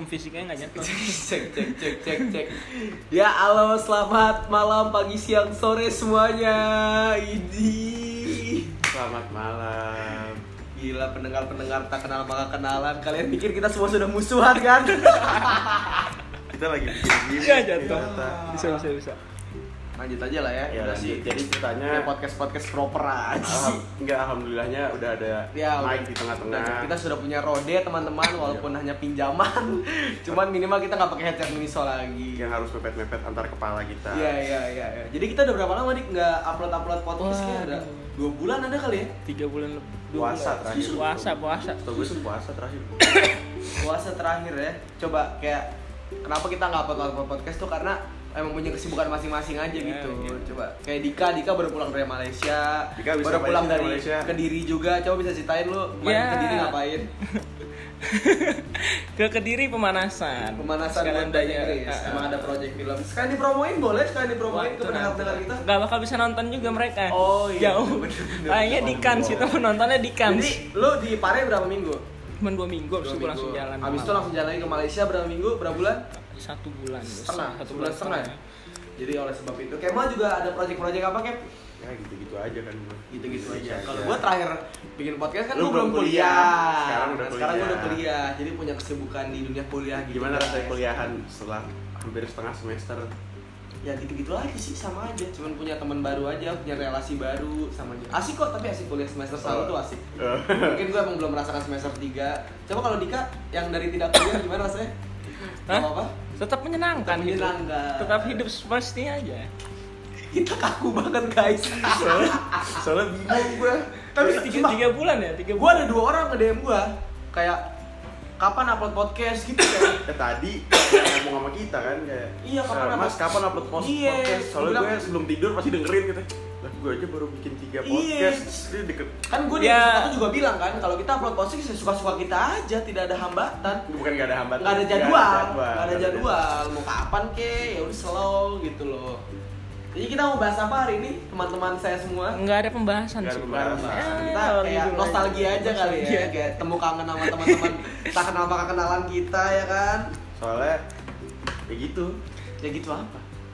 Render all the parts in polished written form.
fisiknya nggak nyetor. Cek. Ya halo, selamat malam, pagi, siang, sore semuanya. Idi. Selamat malam. Gila, pendengar tak kenal maka kenalan. Kalian pikir kita semua sudah musuhan kan? Kita lagi bikin game. Iya jatuh. Bisa. Lanjut aja lah ya. Ya, Udah lanjut. sih. Jadi ceritanya podcast proper aja sih. alhamdulillahnya udah ada Ya, mic di tengah-tengah. Kita sudah punya rode teman-teman, walaupun hanya pinjaman. Cuman minimal kita nggak pakai headset miniso lagi. Yang harus mepet-mepet antar kepala kita. Iya. Jadi kita udah berapa lama nih nggak upload podcast? Kayak ada 2 bulan ada kali ya? 3 bulan lebih. Puasa terakhir. Puasa. Setahu gue sih puasa terakhir. Puasa terakhir ya. Coba kayak kenapa kita nggak upload podcast tuh karena emang punya kesibukan masing-masing aja gitu. Coba kayak Dika baru pulang dari Malaysia. Baru pulang dari Kediri juga. Coba bisa ceritain lu kemarin ke Kediri ngapain? Ke Kediri pemanasan Buat bahasa Inggris. Emang ada project film. Sekali dipromoin boleh, sekali dipromoin ke pendengar-pendengar kita. Gak bakal bisa nonton juga mereka. Oh iya. Jauh. Kayaknya di Cannes itu menontonnya di Cannes. Jadi lu di Pare berapa minggu? Cuma 2 minggu abis itu gue langsung jalan. Abis itu langsung jalan lagi ke Malaysia berapa minggu? Berapa bulan? 1 bulan. Satu bulan setengah ya? Jadi oleh sebab itu Kemal juga ada project-project apa Kem? Ya gitu-gitu aja kan. Gitu-gitu aja. Iya. Kalau gue terakhir bikin podcast kan Lu gue belum belum kuliah. kuliah. Sekarang gue udah udah kuliah. Jadi punya kesibukan di dunia kuliah gitu. Gimana rasanya kuliahan setelah hampir setengah semester? Ya gitu-gitu aja sih, sama aja. Cuman punya teman baru aja, punya relasi baru sama aja. Asik kok, tapi asik kuliah semester 1 tuh asik. Mungkin gue emang belum merasakan semester 3. Coba kalau Dika yang dari tidak kuliah gimana rasanya? Apa? Tetap menyenangkan gitu. Menyenangkan. Tetap hidup semestinya aja. Kita kaku banget guys. Soalnya bingung gue. Tapi 3 bulan ya? 3 gue bulan. ada 2 orang nge-DM gue kayak kapan upload podcast gitu kayak. Tadi ngomong sama kita kan kayak Iya, kapan Mas kapan upload Iya. podcast? Soalnya Gua gue sebelum tidur pasti dengerin gitu. Lah gue aja baru bikin 3 podcast. Dia deket. Kan gue di episode 1 juga bilang kan kalau kita upload podcast suka-suka kita aja, tidak ada hambatan. Bukan gak ada hambatan. Nggak ada jadwal. Mau kapan ke? Ya udah slow gitu loh. Jadi kita mau bahas apa hari ini teman-teman saya semua? Nggak ada pembahasan Nggak ada sih. pembahasan. Kita kayak nostalgia aja kali ya, kayak temu kangen sama teman-teman tak kenal maka kenalan kita ya kan. Soalnya ya gitu. Ya gitu apa?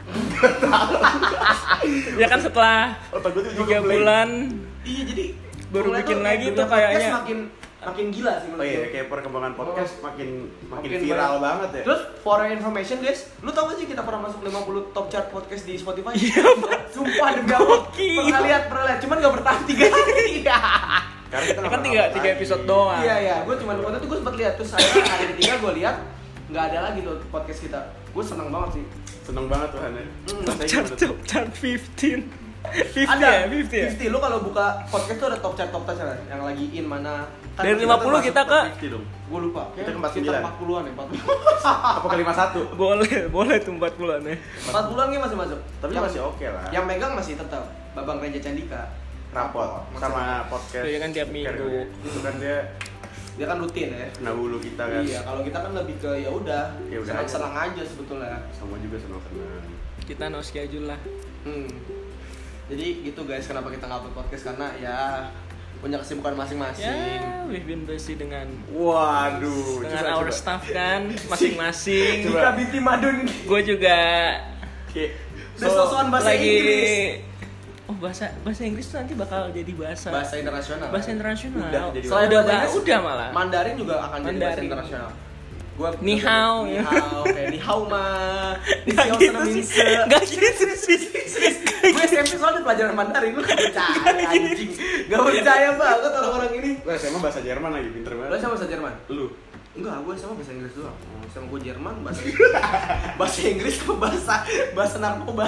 Ya kan setelah Otak gue tuh 3 bulan Iya jadi baru mulai bikin tuh lagi dunia tuh kayaknya. podcast makin gila sih menurut Oh iya, gue. kayak perkembangan podcast makin Makin viral banyak. banget ya. Terus for your information guys, lu tau gak sih kita pernah masuk 50 top chart podcast di Spotify? Iya, Sumpah demi Allah. Gokil. Pernah lihat, cuman gak bertahan 3 hari. Karena kita Ya kan nggak 3 episode doang. Iya, gue cuman waktu itu gue sempet lihat terus akhirnya hari ketiga gue lihat nggak ada lagi tuh podcast kita. Gue seneng banget sih. Seneng banget tuh Hane. Chart 15. 50 Ada ya, 50 ya. 50 lu kalau buka podcast tuh ada top chart kan? Yang lagi in mana? Dari 50 kita ke 50 dong. Gue lupa. Kita ke 49. Sekitar 40-an ya, 40. Apa ke 51? boleh tuh 40-an ya. 40-an nya masih masuk. Tapi masih oke lah. Yang megang masih tetap Babang Reja Candika. Rapot sama podcast. Iya kan tiap minggu. Itu kan dia kan rutin ya. kena bulu kita kan. Iya, kalau kita kan lebih ke ya udah senang-senang aja sebetulnya. Sama juga senang-senang. Kita no schedule lah. Jadi gitu guys, kenapa kita nggak upload podcast karena ya punya kesibukan masing-masing. Ya, we've been busy dengan Waduh, our staff kan masing-masing. Dika Biti Madun. Gue juga Sosokan bahasa Inggris. Oh, bahasa Inggris tuh nanti bakal jadi bahasa internasional. Bahasa internasional. Selain udah malah. Mandarin juga akan jadi bahasa internasional. Gua Ni hao, kayak ni hao ma. Ni hao gitu sana sih. minse. Gak gitu sih. Gue SMP soalnya pelajaran Mandarin, gue gak percaya anjing. Gak percaya banget orang-orang ini. Gue SMA bahasa Jerman lagi, pinter Lo banget. sama bahasa Jerman? Lu? Enggak, gue sama bahasa Inggris doang. Sama gue Jerman, bahasa Inggris sama bahasa narkoba.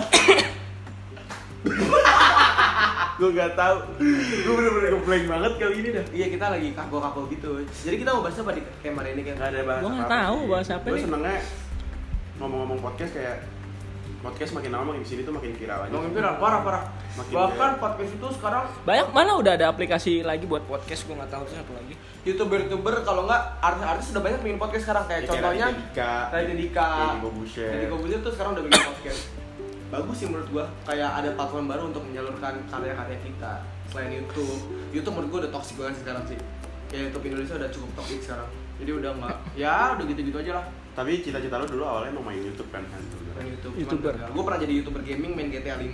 Gue gak tahu. Gue bener-bener ngeblank banget kali ini dah. Iya, kita lagi kaku-kaku gitu. Jadi kita mau bahas apa di kamar ini kan? Gak ada bahasa. Gue nggak tahu bahasa apa Gue nih. senengnya ngomong-ngomong podcast kayak podcast makin lama makin kesini tuh makin viral aja. Ngomongin viral, parah. Makin Bahkan podcast itu sekarang Banyak mana udah ada aplikasi lagi buat podcast, gue nggak tahu sih satu lagi. YouTuber kalau nggak artis-artis udah banyak bikin podcast sekarang kayak contohnya Raditya Dika, Deddy Corbuzier tuh sekarang udah bikin podcast. Bagus sih menurut gua, kayak ada platform baru untuk menyalurkan karya-karya kita selain YouTube. YouTube menurut gua udah toxic banget sekarang sih. kayak YouTube Indonesia udah cukup toxic sekarang. Jadi udah nggak, ya udah gitu-gitu aja lah. Tapi cita-cita lu dulu awalnya mau main YouTube kan? Main YouTube. YouTuber. Gue pernah jadi YouTuber gaming, main GTA 5.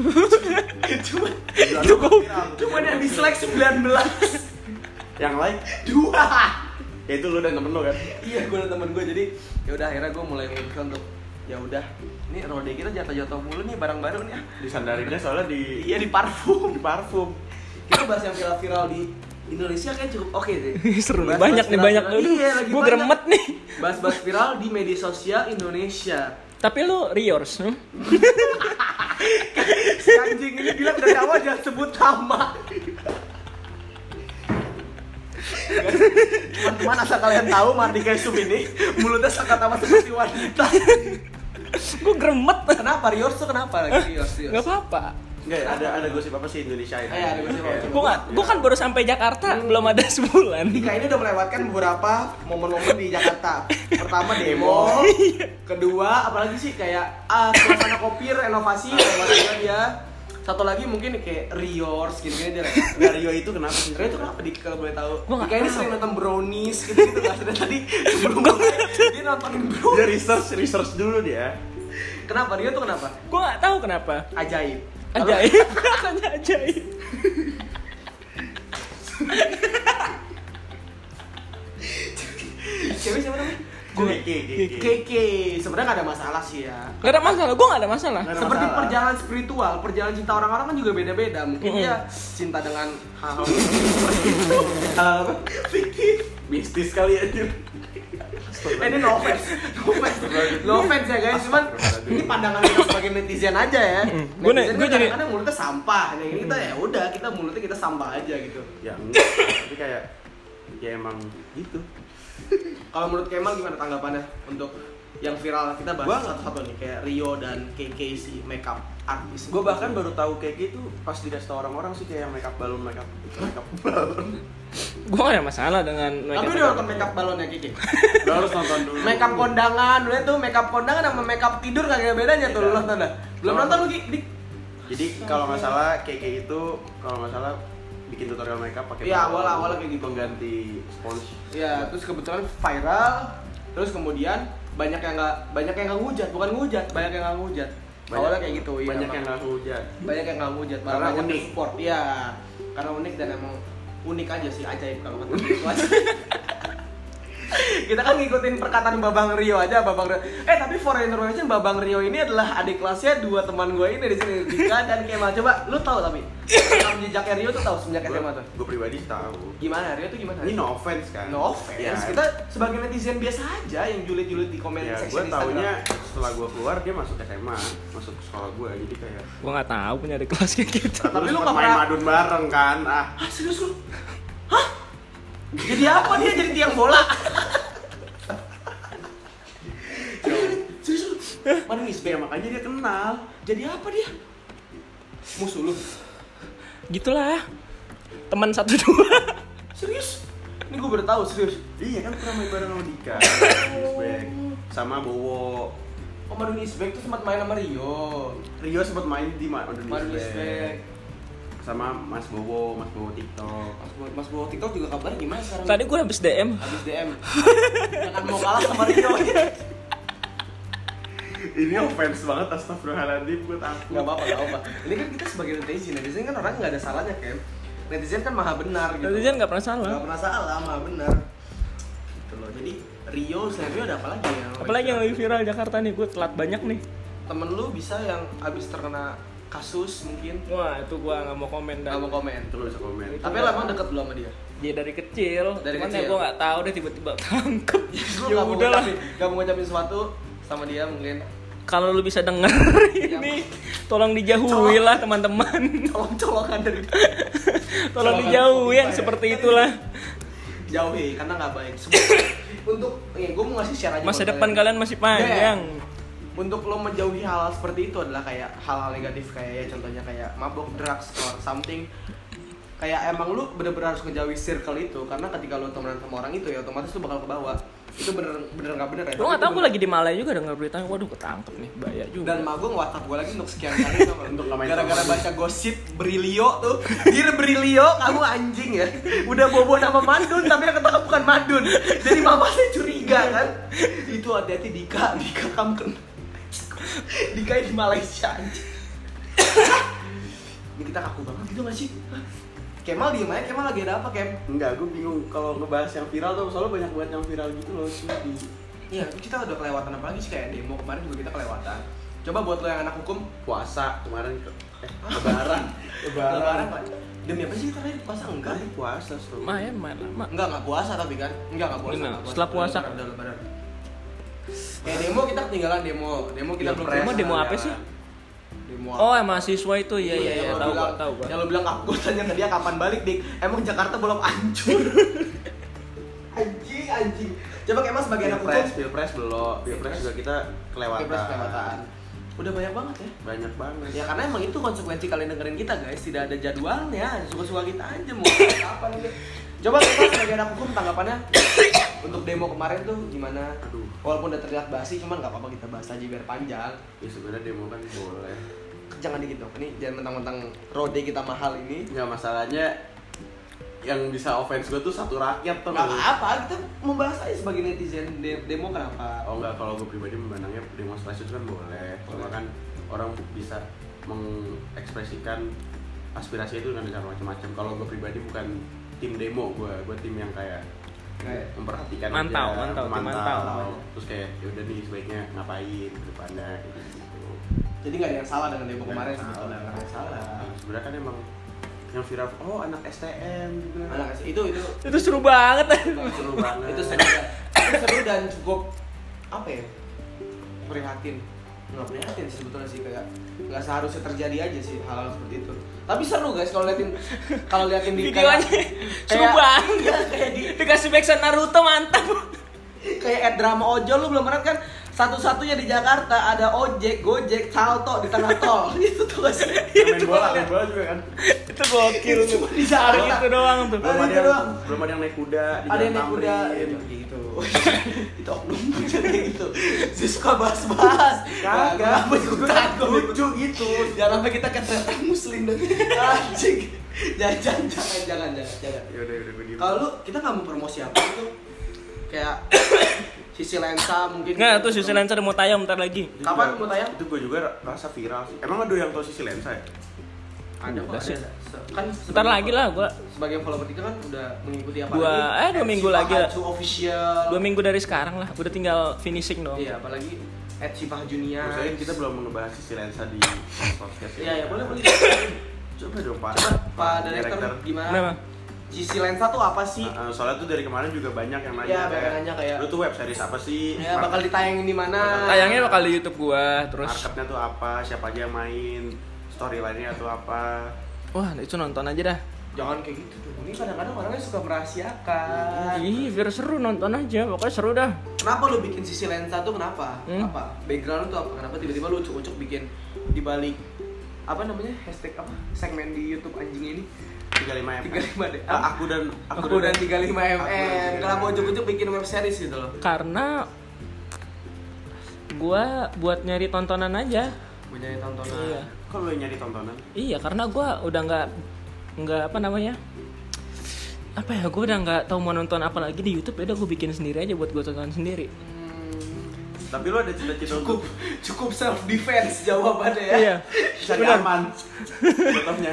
Cuman yang dislike 19. Yang like 2. ya itu lu dan temen lu kan? Iya, gue dan temen gue. Jadi ya udah akhirnya gue mulai memikirkan untuk ya udah, ini rode kita jatuh-jatuh mulu nih, barang baru nih. Disandarinnya soalnya Iya, di parfum. di parfum. Kita bahas yang viral-viral di Indonesia kayak cukup oke deh. Seru nih, Bahas banyak nih, banyak. viral-viral. Iya, lagi Gue banyak. gremet nih. Bahas-bahas viral di media sosial Indonesia. Tapi lu Riors, Si anjing ini bilang dari awal jangan sebut nama. Teman-teman, asal kalian tahu Mardika Yusuf ini mulutnya sangat amat seperti wanita. Gue gremet. Kenapa Riors tuh kenapa lagi Riors? Gak apa-apa. Enggak, ada gosip apa sih Indonesia ini? Ada gosip apa? Gue kan baru sampai Jakarta, belum ada sebulan. Dika ini udah melewatkan beberapa momen-momen di Jakarta. Pertama demo, kedua apalagi sih kayak suasana kopi renovasi lewatnya dia. Satu lagi mungkin kayak Riors gini-gini dia. Nggak, Rio itu kenapa sih? Rio itu kenapa Dik kalau boleh tahu? Gua nggak Dika ini tahu. sering nonton Brownies gitu-gitu nggak sadar tadi sebelum dia nontonin Dia Brownies. research dulu dia. Kenapa Rio tuh kenapa? Gue gak tahu kenapa. Ajaib. Ajaib, katanya ajaib. Cewek siapa namanya? Keke. Sebenarnya nggak ada masalah sih ya. Gak ada masalah, gue gak ada masalah. Nggak ada Seperti masalah. perjalanan spiritual, perjalanan cinta orang-orang kan juga beda-beda. Mungkin dia cinta dengan hal-hal seperti itu. Apa? Fiktif. Mistis kali aja. Ini no offense ya guys, cuman ini pandangan kita sebagai netizen aja ya. Gua Netizen kan jadi- kadang-kadang mulutnya sampah, nah ini kita ya udah kita mulutnya kita sampah aja gitu. Ya enggak, tapi kayak ya emang gitu. Kalau menurut Kemal gimana tanggapannya untuk yang viral kita bahas Gua- satu-satu nih kayak Rio dan KK si makeup artis. Gue bahkan baru tahu kayak gitu pas dikasih tau orang-orang sih kayak makeup balon. Gue gak ada masalah dengan Tapi udah nonton makeup balonnya Kiki. Lo harus nonton dulu. Makeup kondangan, dulu tuh makeup kondangan sama makeup tidur kagak ada bedanya tuh, lu nonton dah. Belum nonton lu Dik? Jadi kalau nggak salah kayak itu kalau nggak salah bikin tutorial makeup pakai Iya, balon, awal-awal kayak gitu. pengganti spons. Ya, terus kebetulan viral. Terus kemudian banyak yang nggak ngehujat, bukan ngehujat, banyak yang nggak ngehujat. Awalnya kayak gitu, iya. Banyak yang nggak hujan. Banyak yang nggak ngehujat, malah Karena banyak unik. yang support. Iya, karena unik dan emang unik aja sih, ajaib kalau kata gitu aja. Kita kan ngikutin perkataan Babang Rio aja, Babang Rio. Tapi for information, Babang Rio ini adalah adik kelasnya dua teman gue ini di sini, Dika dan Kemal. Coba lu tahu tapi rekam jejaknya Rio tuh tahu semenjak SMA tuh. Gue pribadi tahu. Gimana Rio tuh gimana? Ini no offense kan? No offense. Ya, Kita sebagai netizen biasa aja yang julid-julid di komen ya gue section taunya Instagram. setelah gue keluar dia masuk SMA, masuk sekolah gue, jadi kayak. Gue gak tahu punya di kelas kayak gitu. Tapi lu sempet nggak main pernah- madun bareng kan? Hah, serius lu? Hah? Jadi apa dia? Jadi tiang bola? Serius lu? Mana nih Ya makanya dia kenal. Jadi apa dia? Musuh lu? Gitulah. Teman 1-2. Serius? Ini gue baru tahu serius. Iya kan pernah main bareng sama Dika, Isbek, sama Bowo. Oh, Madun Isbek tuh sempat main sama Rio. Rio sempat main di Madun Madun Isbek. Isbek. Sama Mas Bowo TikTok. Mas Bowo TikTok juga kabarnya gimana sekarang? Tadi gue habis DM. Habis DM. Jangan mau kalah sama Rio. Ini offense banget, astagfirullahaladzim, gue takut. Gak apa-apa. Ini kan kita sebagai netizen kan orang nggak ada salahnya kan. Netizen kan maha benar gitu. Netizen gak pernah salah. Gak pernah salah, maha benar. Gitu loh. Jadi Rio, selain Rio ada apa lagi yang Apalagi yang lagi viral Jakarta nih, gue telat banyak nih. temen lu bisa yang abis terkena kasus mungkin Wah itu gue gak mau komen nggak dah. mau komen. Itu lo bisa komen. Tapi lo emang deket belum sama dia? Dia dari kecil. Dari Cuman kecil. ya gue gak tahu deh tiba-tiba tangkep. Lu Ya nggak mau udahlah. nggak mau ngucapin sesuatu sama dia mungkin. Kalau lu bisa denger ini, tolong dijauhi lah teman-teman. Colong-colongan dari Tolong dijauhi yang seperti itulah. jauhi karena nggak baik. Untuk gue mau ngasih share aja. Masa buat depan kalian masih panjang. Untuk lo menjauhi hal seperti itu adalah kayak hal-hal negatif kayak ya contohnya kayak mabok, drugs or something. Kayak emang lu bener-bener harus ngejauhi circle itu karena ketika lu temenan sama orang itu ya otomatis lu bakal ke bawah. Itu bener nggak bener ya. Lu gak tau gue lagi di Malaya juga denger beritanya, waduh ketangkep nih, bahaya juga. Dan mak gue nge-WhatsApp gue lagi untuk sekian kali sama Untuk nggak main gara-gara sama baca gosip Brilio tuh. Dear Brilio, kamu anjing ya. Udah bobo nama Madun tapi yang ketangkap bukan Madun. Jadi mama saya curiga kan. Itu hati-hati Dika kamu kena. Dika di Malaysia anjing. Ini kita kaku banget gitu gak sih? Kemal diem aja, Kemal lagi ada apa Kem? Enggak, gue bingung kalau ngebahas yang viral tuh, soalnya banyak banget yang viral gitu loh di. Iya, kita udah kelewatan apa lagi sih, kayak demo kemarin juga kita kelewatan. Coba buat lo yang anak hukum, Puasa kemarin lebaran. lebaran Pak. Demi apa sih terakhir puasa enggak? Kan puasa tuh. Main lama. Enggak puasa tapi kan? Enggak puasa. Gimana? Nggak puasa. Setelah puasa? Udah lebaran. Demo kita ketinggalan demo kita belum Demo apa sih? Demo Oh, mahasiswa itu iya yang lo tahu bilang- gua, tahu gua. Yang lo bilang aku tanya ke dia kapan balik, Dik. Emang Jakarta belum hancur. anjing. Coba Kemal sebagai anak hukum. Pilpres belum. Pilpres juga kita kelewatan. Udah banyak banget ya. Banyak banget. Ya karena emang itu konsekuensi kalian dengerin kita guys, tidak ada jadwalnya, suka-suka kita aja mau kapan aja. Coba kita sebagai anak hukum tanggapannya untuk demo kemarin tuh gimana? Aduh. Walaupun udah terlihat basi, cuman nggak apa-apa kita bahas aja biar panjang. Ya sebenarnya demo kan boleh. Jangan dikit dong, ini jangan mentang-mentang rode kita mahal ini. Nggak, masalahnya yang bisa offense gue tuh satu rakyat tuh. Nggak apa-apa, kita membahas aja sebagai netizen demo kenapa? Oh enggak, kalau gue pribadi memandangnya demonstrasi itu kan boleh. Cuma kan orang bisa mengekspresikan aspirasi itu dengan cara macam-macam. Kalau gue pribadi bukan tim demo, gue tim yang kayak memperhatikan Mantau. Terus kayak ya udah nih sebaiknya ngapain ke depannya gitu. Jadi nggak ada yang salah dengan demo kemarin Nggak sebetulnya, nggak ada yang salah. Sebenarnya kan emang yang viral, oh anak STM gitu. Anak itu Itu seru banget. Seru banget. itu seru dan cukup apa ya, prihatin. Nggak prihatin sih sebetulnya sih, kayak nggak seharusnya terjadi aja sih hal-hal seperti itu. Tapi seru guys kalau liatin di Videonya seru banget. Iya, kayak Dikasih backsound Naruto mantap. kayak drama ojol. Lu belum pernah kan satu-satunya di Jakarta ada ojek, gojek, salto di tengah tol. Itu tuh guys. main bola juga kan. Itu gokil tuh. Cuma di Jakarta. Itu doang tuh. Belum ada yang naik kuda di Ada yang Jalan naik kuda Tamrin. gitu. Itu oknum kayak gitu. Saya suka bahas-bahas. Kagak, ikutan lucu gitu. Jangan sampai kita kata muslim dan anjing. Jangan. Ya udah gue diem. Kalau lu kita nggak mau promosi apa itu kayak sisi lensa mungkin. Nggak, tuh Sisi Lensa udah mau tayang bentar lagi. Kapan mau tayang? Itu gue juga rasa viral sih. Emang ada yang tahu Sisi Lensa ya? Ada kok, Udah sih. ada. Kan Bentar lagi lah gua. sebagai follower kita kan udah mengikuti apa Dua minggu lagi lah. official. 2 minggu dari sekarang lah. Udah tinggal finishing doang. Iya, apalagi @Sifah Junior. Maksudnya kita belum ngebahas Sisi Lensa di podcast ya. Iya, boleh. Coba dong Pak. Pak Direktur gimana? Kenapa? Sisi lensa tuh apa sih? Soalnya tuh dari kemarin juga banyak yang nanya. Iya, banyak nanya kayak, lu tuh web series apa sih? Ya, bakal ditayangin di mana? Tayangnya bakal di YouTube gua, terus Marketnya tuh apa? Siapa aja yang main? Storyline-nya tuh apa? wah, itu nonton aja dah. Jangan kayak gitu tuh. Ini kadang-kadang orangnya suka merahasiakan. Ih, biar seru, nonton aja. Pokoknya seru dah. Kenapa lu bikin sisi lensa tuh kenapa? Hmm? Apa? Background tuh apa? Kenapa tiba-tiba lu ucuk-ucuk bikin di balik apa namanya? Hashtag apa? Segmen di YouTube anjing ini? 35 35 deh. Aku dan Aku dan 35 mm. Aku dan Kenapa 35 ucuk-ucuk bikin web series gitu loh? Karena gua buat nyari tontonan aja. Punya tontonan. Iya. Kok lu yang nyari tontonan? Iya, karena gua udah nggak apa namanya? Apa ya? Gua udah nggak tahu mau nonton apa lagi di YouTube. Ya udah gua bikin sendiri aja buat gua tonton sendiri. Tapi lu ada cita-cita Cukup self defense jawabannya ya. Iya. bisa aman. Contohnya.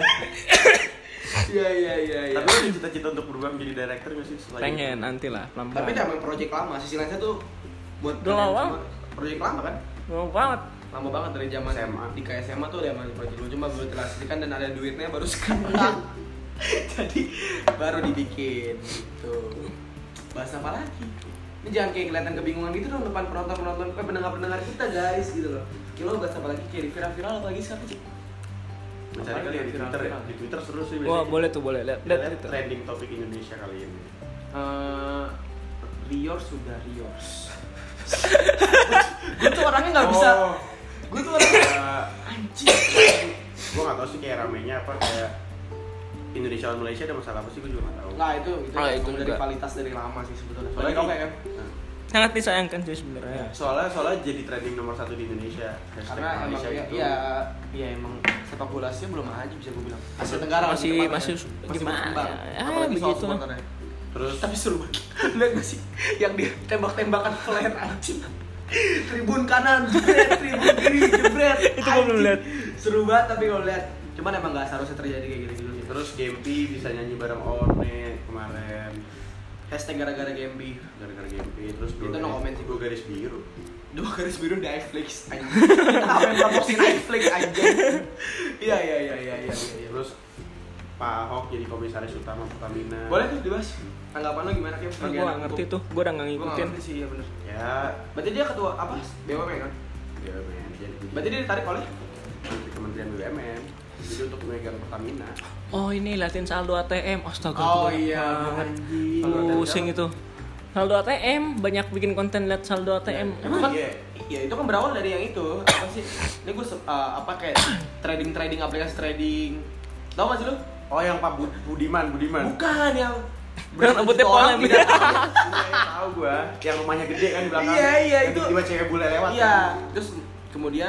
Iya. Tapi lu ada cita-cita untuk berubah menjadi director nggak sih? Pengen nanti lah, Tapi pelan-pelan. itu emang project lama. Sisi lensa tuh buat Udah kalian lama. semua, project lama kan? Mau banget. Lama banget dari zaman SMA. di SMA tuh udah emang project dulu, cuma belum terhasilkan dan ada duitnya baru sekarang. Jadi baru dibikin gitu. Bahas apa lagi? Ini jangan kayak kelihatan kebingungan gitu dong depan penonton pendengar kita guys gitu loh. Kilo bahas apa lagi kayak viral apa lagi sekarang sih? Mencari kali ya di Twitter ya. Di Twitter seru sih biasanya. Wah, boleh tuh, boleh. Lihat Lihat itu. trending topik Indonesia kali ini. Riors sudah Riors. Gue tuh orangnya nggak bisa. Gue tuh orangnya anjing. Gue nggak tahu sih kayak ramenya apa, kayak Indonesia lawan Malaysia ada masalah apa sih, gue juga nggak tahu. Nah itu Oh, itu dari juga. kualitas dari lama sih sebetulnya. Soalnya Soalnya oke kan? Nah, sangat disayangkan sih sebenarnya. Soalnya jadi trending nomor 1 di Indonesia. Karena emang Malaysia itu. ya emang sepak bolanya belum aja bisa gue bilang. Asia Tenggara masih gimana? gimana? Apalagi soal Begitu. supporternya. Terus Tapi seru banget. Lihat gak sih yang dia tembak-tembakan flare anjing. Tribun kanan jebret, tribun kiri jebret. Itu gua belum lihat. Seru banget tapi kalau lihat. Cuman emang enggak seharusnya terjadi kayak gitu-gitu sih. Terus Gempi bisa nyanyi bareng Orne kemarin. Hashtag gara-gara Gempi. Gara-gara Gempi. Terus Itu no comment sih. 2 garis biru. 2 garis biru di iFlix anjing. Kita apa yang promosiin iFlix anjing. Iya. Terus Pak Ahok jadi komisaris utama Pertamina. Boleh tuh dibahas. Tanggapan lo gimana Kim? Gue gak ngerti tuh, gue udah gak Gue ngikutin. nggak ngerti sih, ya bener. Ya, Berarti dia ketua apa? BUMN kan? BUMN jadi Berarti dia ditarik oleh? Menteri Kementerian BUMN. Jadi untuk memegang Pertamina. Oh ini liatin saldo ATM, astaga. Oh itu iya, banget. anjing. Pusing itu. Saldo ATM, banyak bikin konten liat saldo ATM. Itu kan, iya itu kan berawal dari yang itu apa sih? Ini gue apa kayak trading aplikasi trading. Tahu gak sih lu? Oh yang Pak Budiman. Bukan yang Rambutnya pola Iya, tahu gua. Yang rumahnya gede kan di belakang. Iya, Yang itu. tiba-tiba cewek bule lewat. Iya. Kan? Terus kemudian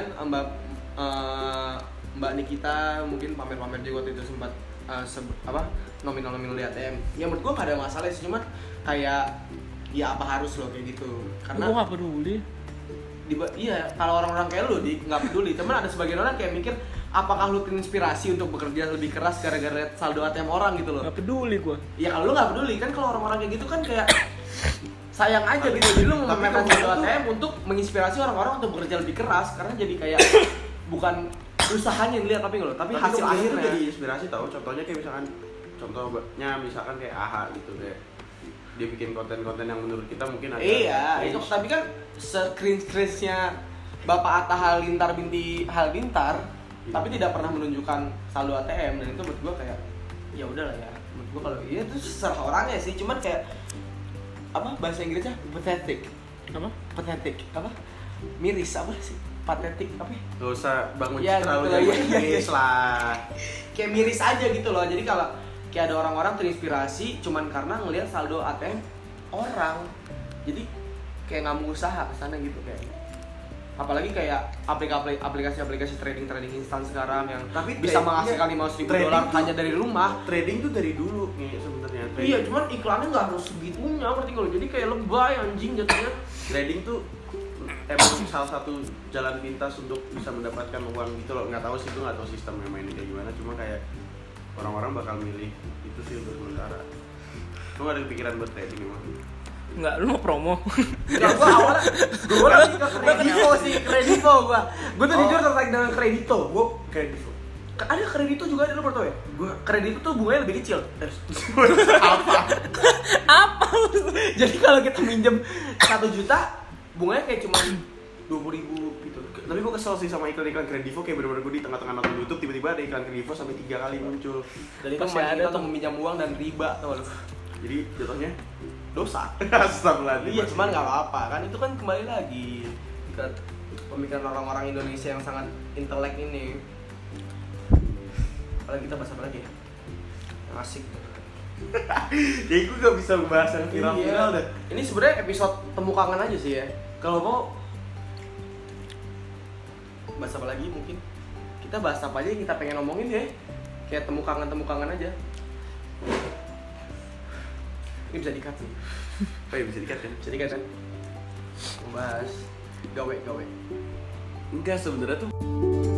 Mbak Nikita mungkin pamer-pamer juga waktu itu sempat nominal di ATM. Ya menurut gua gak ada masalah sih, cuman kayak ya apa harus lo kayak gitu. Karena Gue gak peduli. iya, kalau orang-orang kayak lu nggak peduli. Cuman ada sebagian orang kayak mikir apakah lu terinspirasi untuk bekerja lebih keras gara-gara lihat saldo ATM orang gitu loh. Gak peduli gue. Ya kalau lu nggak peduli kan, kalau orang-orang kayak gitu kan kayak sayang aja gitu. Jadi lu memamerkan saldo ATM untuk menginspirasi orang-orang untuk bekerja lebih keras, karena jadi kayak bukan usahanya yang dilihat tapi nggak, tapi hasil kemudian akhirnya. tuh jadi inspirasi tau. Contohnya kayak misalkan kayak AHA gitu, kayak dia bikin konten-konten yang menurut kita mungkin agak Iya, cringe. itu tapi kan screen-nya Bapak Atta Halilintar binti Halilintar, tapi tidak pernah menunjukkan saldo ATM, dan itu menurut gua kayak ya udahlah ya. Menurut gua kalau iya itu serah orangnya sih, cuman kayak apa bahasa Inggrisnya pathetic. Apa? Pathetic apa? Miris apa sih? Pathetic apa? Gak usah bangun Ya, citra lu gitu lah, jangan iya. miris lah. Kayak miris aja gitu loh. Jadi kalau kayak ada orang-orang terinspirasi cuman karena ngelihat saldo ATM orang, jadi kayak nggak mau usaha kesana gitu kayak. Apalagi kayak aplikasi trading instan sekarang yang Tapi bisa trading- menghasilkan iya. $500.000 Trading tuh- hanya dari rumah. Trading tuh dari dulu nih sebenarnya. Iya, cuman iklannya nggak harus segitunya, ngerti nggak lo? Jadi kayak lebay anjing jatuhnya. Trading tuh emang salah satu jalan pintas untuk bisa mendapatkan uang gitu loh. Nggak tahu sih, gue nggak tahu sistem yang mainnya kayak gimana, cuma kayak orang-orang bakal milih itu sih untuk sementara. Lu nggak ada kepikiran buat trading emang? Enggak, lu mau promo. Ya gua awalnya lagi ke Kredivo gua tuh jujur tertarik dengan Kredito. Kredivo. Ada Kredito juga, ada, lu pernah tau ya? Kredito tuh bunganya lebih kecil. Apa? Jadi kalau kita minjem 1 juta, bunganya kayak cuma 20.000 gitu. Tapi gue kesel sih sama iklan-iklan Kredivo, kayak bener-bener gue di tengah-tengah nonton YouTube tiba-tiba ada iklan Kredivo sampai 3 kali muncul. Dan itu Pasti ada ada untuk tuh. meminjam uang dan riba, tau lu. Jadi jatuhnya dosa. Astagfirullahaladzim. Iya, cuman nggak apa-apa kan, itu kan kembali lagi ke pemikiran orang-orang Indonesia yang sangat intelek ini. Apalagi kita bahas apa lagi ya? Yang asik. Jadi gue gak bisa membahas yang viral-viral Iya. deh. Ini sebenarnya episode temu kangen aja sih ya. Kalau mau bahas apa lagi mungkin? Kita bahas apa aja yang kita pengen ngomongin ya. Kayak temu kangen aja. Ini bisa di-cut sih. Oh iya bisa dikat kan? Bisa di-cut kan? Bahas gawe. Enggak, sebenarnya tuh